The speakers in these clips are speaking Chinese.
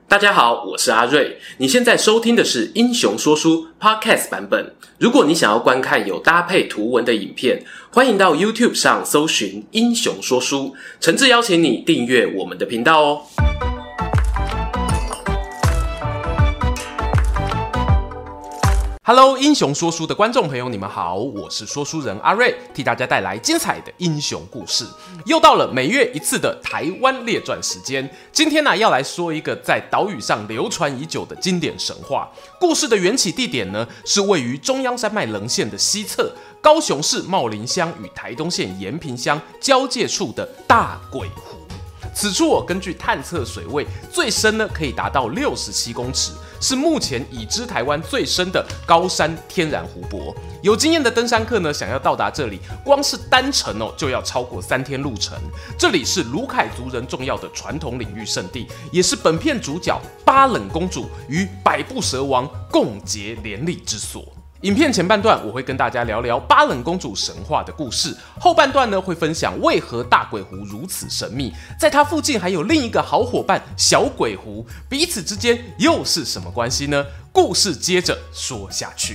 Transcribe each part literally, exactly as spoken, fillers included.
大家好，我是阿瑞。你现在收听的是英雄说书 Podcast 版本。如果你想要观看有搭配图文的影片，欢迎到 YouTube 上搜寻英雄说书，诚挚邀请你订阅我们的频道哦。Hello， 英雄说书的观众朋友，你们好，我是说书人阿瑞，替大家带来精彩的英雄故事。又到了每月一次的台湾列传时间，今天呢、啊、要来说一个在岛屿上流传已久的经典神话。故事的缘起地点呢是位于中央山脉棱线的西侧，高雄市茂林乡与台东县延平乡交界处的大鬼湖。此处我根据探测水位，最深呢可以达到六十七公尺，是目前已知台湾最深的高山天然湖泊。有经验的登山客呢，想要到达这里，光是单程哦就要超过三天路程。这里是鲁凯族人重要的传统领域圣地，也是本片主角巴冷公主与百步蛇王共结连理之所。影片前半段我会跟大家聊聊巴冷公主神话的故事，后半段呢会分享为何大鬼湖如此神秘，在它附近还有另一个好伙伴小鬼湖，彼此之间又是什么关系呢？故事接着说下去。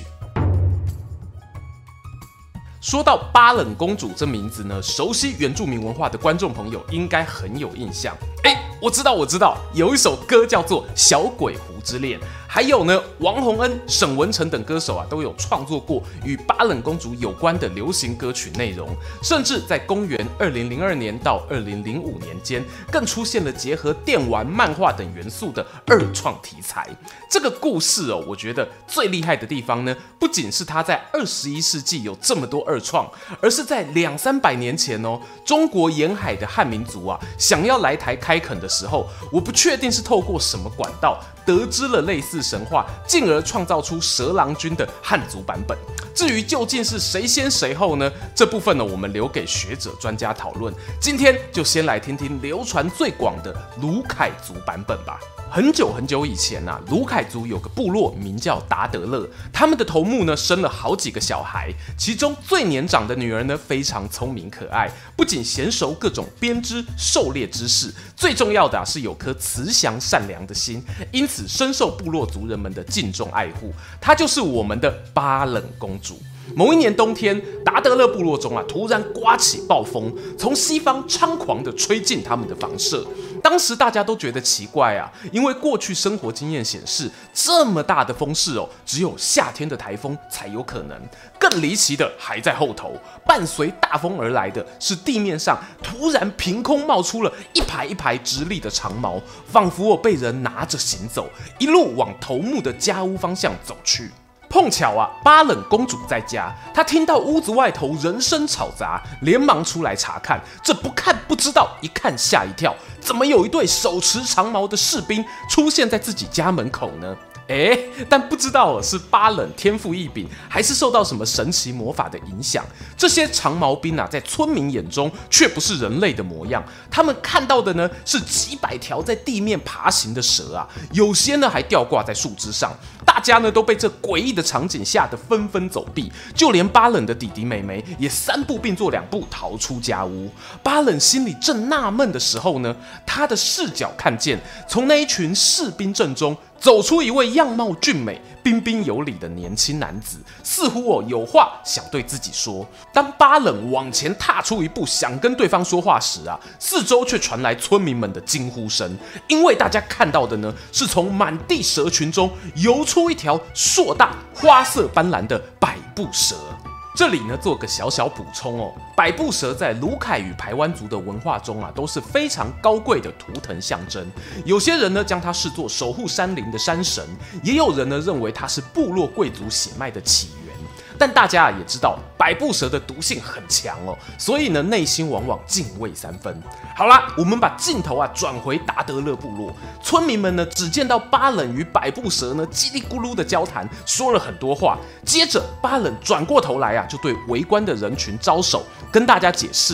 说到巴冷公主这名字呢，熟悉原住民文化的观众朋友应该很有印象。哎，我知道，我知道，有一首歌叫做《小鬼湖之恋》，还有呢，王洪恩、沈文程等歌手啊，都有创作过与巴冷公主有关的流行歌曲内容，甚至在公元二零零二年到二零零五年间，更出现了结合电玩、漫画等元素的二创题材。这个故事哦，我觉得最厉害的地方呢，不仅是它在二十一世纪有这么多二创，而是在两三百年前哦，中国沿海的汉民族啊，想要来台开垦的时候，我不确定是透过什么管道得知了类似神话，进而创造出蛇郎君的汉族版本。至于究竟是谁先谁后呢？这部分呢，我们留给学者专家讨论。今天就先来听听流传最广的鲁凯族版本吧。很久很久以前啊，鲁凯族有个部落名叫达德勒，他们的头目呢生了好几个小孩，其中最年长的女儿呢非常聪明可爱，不仅娴熟各种编织狩猎知识，最重要的、啊、是有颗慈祥善良的心，因此深受部落族人们的敬重爱护。她就是我们的巴冷公主。某一年冬天，达德勒部落中啊，突然刮起暴风，从西方猖狂地吹进他们的房舍。当时大家都觉得奇怪啊，因为过去生活经验显示，这么大的风势哦，只有夏天的台风才有可能。更离奇的还在后头，伴随大风而来的是地面上突然凭空冒出了一排一排直立的长矛，仿佛我被人拿着行走，一路往头目的家屋方向走去。碰巧啊，巴冷公主在家，她听到屋子外头人声吵杂，连忙出来查看。这不看不知道，一看吓一跳，怎么有一队手持长矛的士兵出现在自己家门口呢？哎，但不知道是巴冷天赋异禀，还是受到什么神奇魔法的影响，这些长矛兵啊，在村民眼中却不是人类的模样。他们看到的呢，是几百条在地面爬行的蛇啊，有些呢还吊挂在树枝上。大家呢都被这诡异的场景吓得纷纷走避，就连巴冷的弟弟妹妹也三步并作两步逃出家屋。巴冷心里正纳闷的时候呢，他的视角看见从那一群士兵阵中走出一位样貌俊美、彬彬有礼的年轻男子，似乎哦有话想对自己说。当巴冷往前踏出一步，想跟对方说话时啊，四周却传来村民们的惊呼声，因为大家看到的呢，是从满地蛇群中游出一条硕大、花色斑斓的百步蛇。这里呢，做个小小补充哦。百步蛇在鲁凯与排湾族的文化中啊，都是非常高贵的图腾象征。有些人呢，将它视作守护山林的山神，也有人呢，认为它是部落贵族血脉的起源。但大家也知道，百步蛇的毒性很强哦，所以呢，内心往往敬畏三分。好啦，我们把镜头啊转回达德勒部落，村民们呢只见到巴冷与百步蛇呢叽里咕噜的交谈，说了很多话。接着，巴冷转过头来啊，就对围观的人群招手，跟大家解释啊，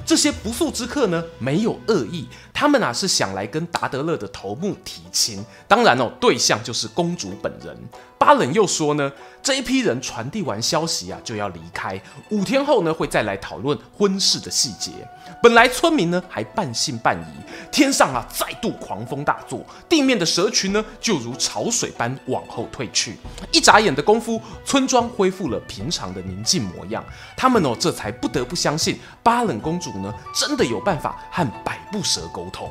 这些不速之客呢，没有恶意，他们啊是想来跟达德勒的头目提亲，当然哦，对象就是公主本人。巴冷又说呢，这一批人传递完消息啊，就要离开，五天后呢会再来讨论婚事的细节。本来村民呢还半信半疑，天上啊再度狂风大作，地面的蛇群呢就如潮水般往后退去。一眨眼的功夫，村庄恢复了平常的宁静模样。他们哦这才不得不相信，巴冷公主呢真的有办法和百步蛇沟通。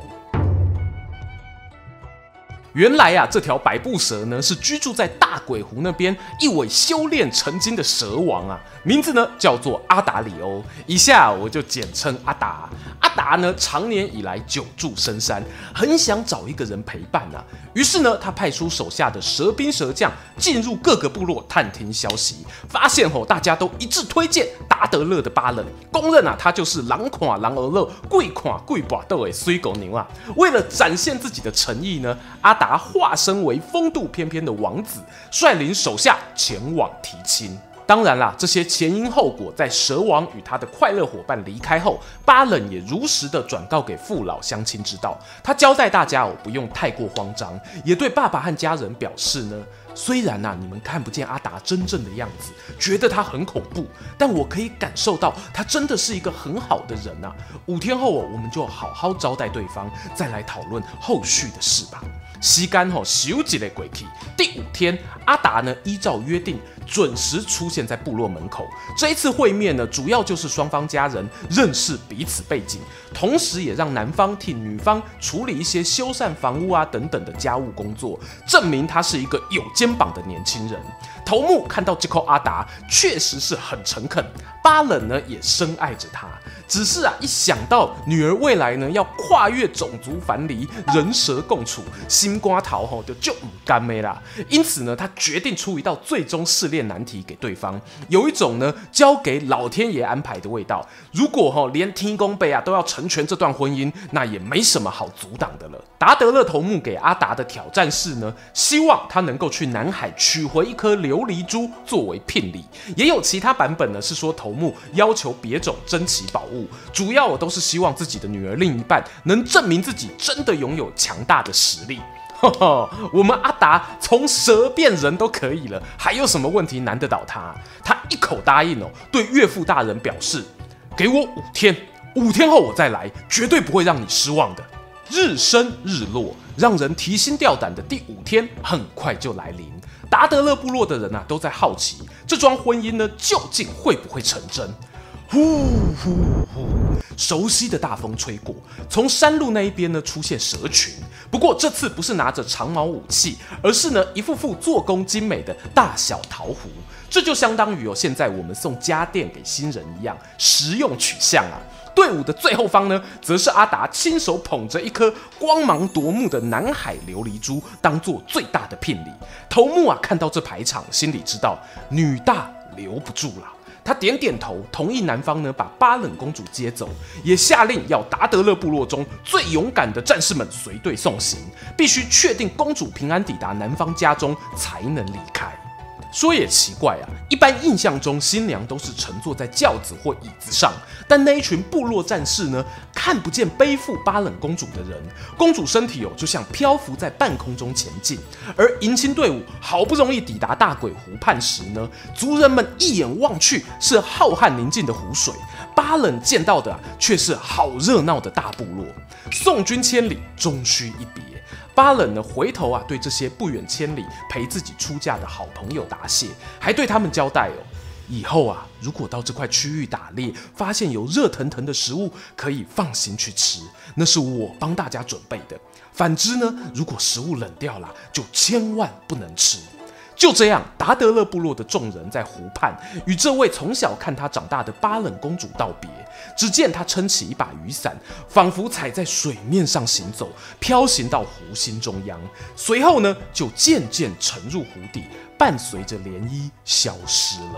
原来啊，这条百步蛇呢是居住在大鬼湖那边一尾修炼成精的蛇王啊，名字呢叫做阿达里欧，以下我就简称阿达。阿达呢长年以来久住深山，很想找一个人陪伴啊，于是呢他派出手下的蛇兵蛇将进入各个部落探听消息，发现吼大家都一致推荐达德勒的巴冷，公认啊他就是狼看狼而乐，贵看贵把斗的水狗牛啊。为了展现自己的诚意呢，阿达化身为风度翩翩的王子，率领手下前往提亲。当然啦，这些前因后果在蛇王与他的快乐伙伴离开后，巴冷也如实的转告给父老乡亲知道。他交代大家哦，不用太过慌张，也对爸爸和家人表示呢，虽然啊你们看不见阿达真正的样子，觉得他很恐怖，但我可以感受到他真的是一个很好的人啊。五天后哦，我们就好好招待对方，再来讨论后续的事吧。时间吼咻一个过去，第五天，阿达呢依照约定准时出现在部落门口。这一次会面呢，主要就是双方家人认识彼此背景，同时也让男方替女方处理一些修缮房屋啊等等的家务工作，证明他是一个有肩膀的年轻人。头目看到这口阿达确实是很诚恳，巴冷呢也深爱着他。只是啊，一想到女儿未来呢要跨越种族藩篱，人蛇共处，心瓜桃吼就就唔甘咩啦。因此呢，他决定出一道最终试炼难题给对方，有一种呢交给老天爷安排的味道。如果吼连天公伯啊都要成全这段婚姻，那也没什么好阻挡的了。达德勒头目给阿达的挑战是呢，希望他能够去南海取回一颗琉璃珠作为聘礼。也有其他版本呢是说头目要求别种珍奇宝物。主要我都是希望自己的女儿另一半能证明自己真的拥有强大的实力。我们阿达从蛇变人都可以了，还有什么问题难得倒他？他一口答应哦，对岳父大人表示：“给我五天，五天后我再来，绝对不会让你失望的。”日升日落，让人提心吊胆的第五天很快就来临。达德勒部落的人啊都在好奇，这桩婚姻呢究竟会不会成真？呼呼呼！熟悉的大风吹过，从山路那一边呢出现蛇群。不过这次不是拿着长矛武器，而是呢一副副做工精美的大小陶壶。这就相当于哦现在我们送家电给新人一样，实用取向啊。队伍的最后方呢，则是阿达亲手捧着一颗光芒夺目的南海琉璃珠，当做最大的聘礼。头目啊看到这排场，心里知道女大留不住了。他点点头，同意男方呢把巴冷公主接走，也下令要达德勒部落中最勇敢的战士们随队送行，必须确定公主平安抵达男方家中才能离开。说也奇怪啊，一般印象中新娘都是乘坐在轿子或椅子上，但那一群部落战士呢，看不见背负巴冷公主的人，公主身体哦就像漂浮在半空中前进。而迎亲队伍好不容易抵达大鬼湖畔时呢，族人们一眼望去是浩瀚宁静的湖水，巴冷见到的啊却是好热闹的大部落。送君千里，终须一别。巴冷呢回头啊，对这些不远千里陪自己出嫁的好朋友答谢，还对他们交代哦，以后啊，如果到这块区域打猎，发现有热腾腾的食物，可以放心去吃，那是我帮大家准备的。反之呢，如果食物冷掉了，就千万不能吃。就这样，达德勒部落的众人在湖畔与这位从小看她长大的巴冷公主道别。只见她撑起一把雨伞，仿佛踩在水面上行走，飘行到湖心中央。随后呢，就渐渐沉入湖底，伴随着涟漪消失了。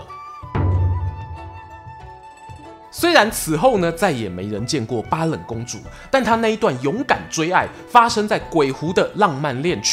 虽然此后呢再也没人见过巴冷公主，但她那一段勇敢追爱、发生在鬼湖的浪漫恋曲，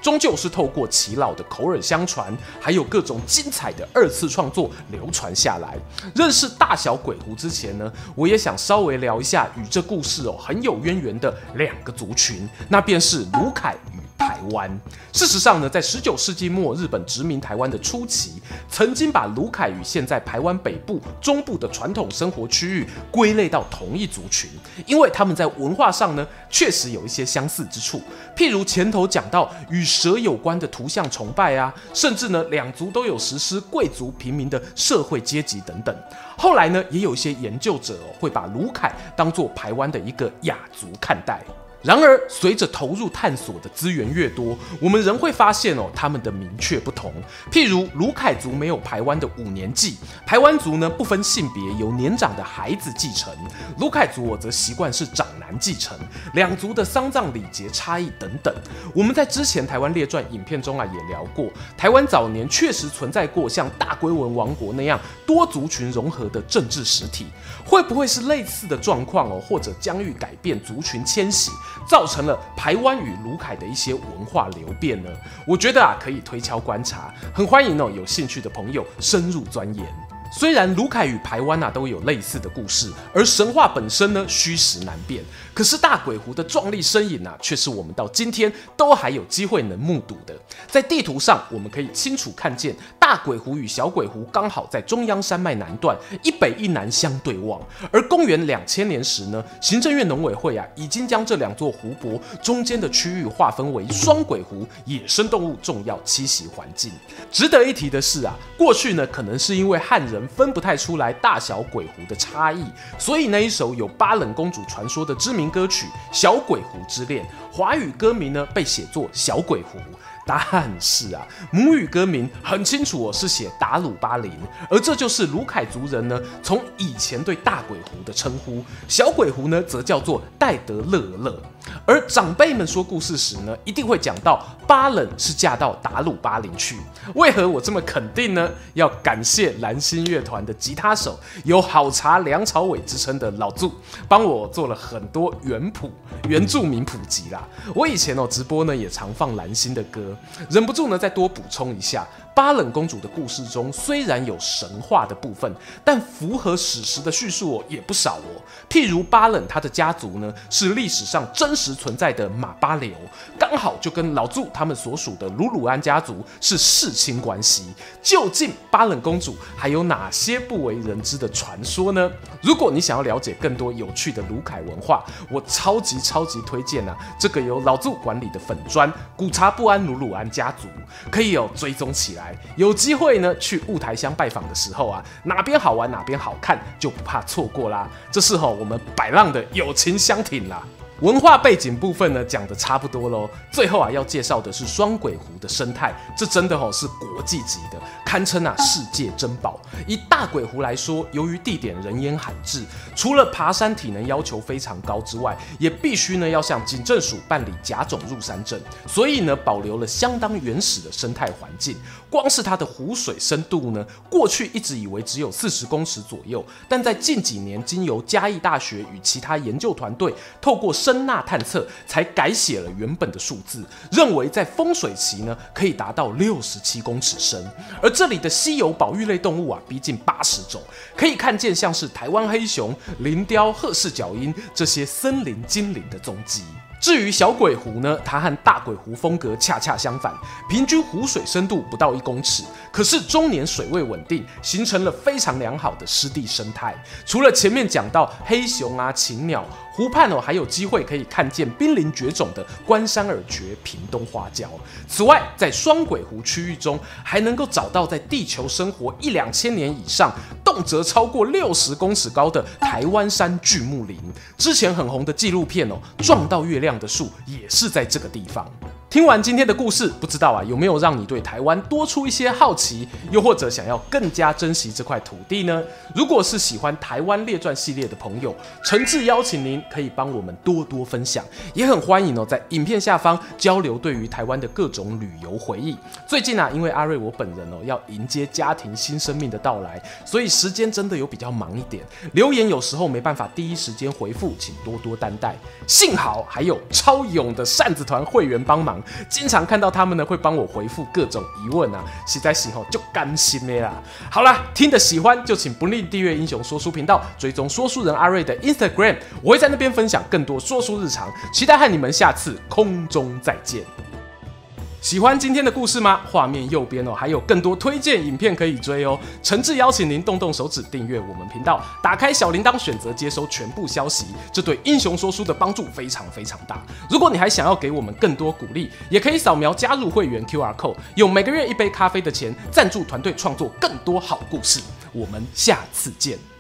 终究是透过耆老的口耳相传，还有各种精彩的二次创作流传下来。认识大小鬼狐之前呢，我也想稍微聊一下与这故事哦很有渊源的两个族群，那便是卢凯与台湾。事实上呢，在十九世纪末日本殖民台湾的初期，曾经把卢凯与现在台湾北部、中部的传统生活区域归类到同一族群，因为他们在文化上呢确实有一些相似之处，譬如前头讲到与蛇有关的图像崇拜啊，甚至呢两族都有实施贵族平民的社会阶级等等。后来呢，也有一些研究者、哦、会把卢凯当作台湾的一个亚族看待。然而，随着投入探索的资源越多，我们仍会发现哦，他们的明确不同。譬如，卢凯族没有排湾的五年祭，排湾族呢不分性别，由年长的孩子继承；卢凯族我则习惯是长男继承。两族的丧葬礼节差异等等，我们在之前台湾列传影片中啊也聊过，台湾早年确实存在过像大龟文王国那样多族群融合的政治实体，会不会是类似的状况哦？或者疆域改变、族群迁徙？造成了排湾与卢凯的一些文化流变呢？我觉得啊，可以推敲观察，很欢迎哦有兴趣的朋友深入钻研。虽然卢凯与排湾啊都有类似的故事，而神话本身呢虚实难辨，可是大鬼狐的壮丽身影啊，却是我们到今天都还有机会能目睹的。在地图上，我们可以清楚看见大鬼狐与小鬼狐刚好在中央山脉南段，一北一南相对望。而公元两千年时呢，行政院农委会啊已经将这两座湖泊中间的区域划分为双鬼湖野生动物重要栖息环境。值得一提的是啊，过去呢可能是因为汉人分不太出来大小鬼狐的差异，所以那一首有巴冷公主传说的知名歌曲《小鬼狐之恋》，华语歌名呢被写作小鬼狐。但是啊，母语歌名很清楚哦，是写达鲁巴林，而这就是卢凯族人呢从以前对大鬼狐的称呼，小鬼狐呢则叫做戴德勒尔勒。而长辈们说故事时呢，一定会讲到巴冷是嫁到达鲁巴林去。为何我这么肯定呢？要感谢蓝星乐团的吉他手，有好茶梁朝伟之称的老祝，帮我做了很多原谱、原住民谱集啦。我以前哦直播呢也常放蓝星的歌，忍不住呢再多补充一下。巴冷公主的故事中虽然有神话的部分，但符合史实的叙述哦也不少哦。譬如巴冷她的家族呢是历史上真实存在的马巴流，刚好就跟老祝他们所属的鲁鲁安家族是世亲关系。究竟巴冷公主还有哪些不为人知的传说呢？如果你想要了解更多有趣的卢凯文化，我超级超级推荐啊这个由老祝管理的粉专古茶不安鲁鲁安家族，可以有追踪起来。有机会呢，去雾台乡拜访的时候啊，哪边好玩哪边好看，就不怕错过啦。这是吼我们百浪的友情相挺啦。文化背景部分呢，讲的差不多喽。最后啊，要介绍的是双鬼湖的生态，这真的吼是国际级的，堪称啊世界珍宝。以大鬼湖来说，由于地点人烟罕至，除了爬山体能要求非常高之外，也必须呢要向警政署办理甲种入山证，所以呢保留了相当原始的生态环境。光是它的湖水深度呢，过去一直以为只有四十公尺左右，但在近几年，经由嘉义大学与其他研究团队透过声呐探测，才改写了原本的数字，认为在丰水期呢可以达到六十七公尺深。而这里的稀有保育类动物啊，逼近八十种，可以看见像是台湾黑熊、林雕、褐氏角鹰这些森林精灵的踪迹。至于小鬼湖呢，它和大鬼湖风格恰恰相反，平均湖水深度不到一公尺，可是终年水位稳定，形成了非常良好的湿地生态。除了前面讲到黑熊啊、禽鸟，湖畔哦还有机会可以看见濒临绝种的关山耳蕨、屏东花椒。此外，在双鬼湖区域中，还能够找到在地球生活一两千年以上，动辄超过六十公尺高的台湾山巨木林。之前很红的纪录片哦，撞到月亮的树也是在这个地方。听完今天的故事，不知道啊有没有让你对台湾多出一些好奇，又或者想要更加珍惜这块土地呢？如果是喜欢台湾列传系列的朋友，诚挚邀请您可以帮我们多多分享，也很欢迎哦在影片下方交流对于台湾的各种旅游回忆。最近啊，因为阿瑞我本人哦要迎接家庭新生命的到来，所以时间真的有比较忙一点，留言有时候没办法第一时间回复，请多多担待。幸好还有超勇的扇子团会员帮忙。 忙，经常看到他们呢会帮我回复各种疑问啊，实在是吼就甘心的啦。好啦，听得喜欢就请不吝订阅英雄说书频道，追踪说书人阿瑞的 Instagram， 我会在那边分享更多说书日常，期待和你们下次空中再见。喜欢今天的故事吗？画面右边哦，还有更多推荐影片可以追哦。诚挚邀请您动动手指订阅我们频道，打开小铃铛，选择接收全部消息，这对英雄说书的帮助非常非常大。如果你还想要给我们更多鼓励，也可以扫描加入会员 Q R code， 用每个月一杯咖啡的钱赞助团队创作更多好故事。我们下次见。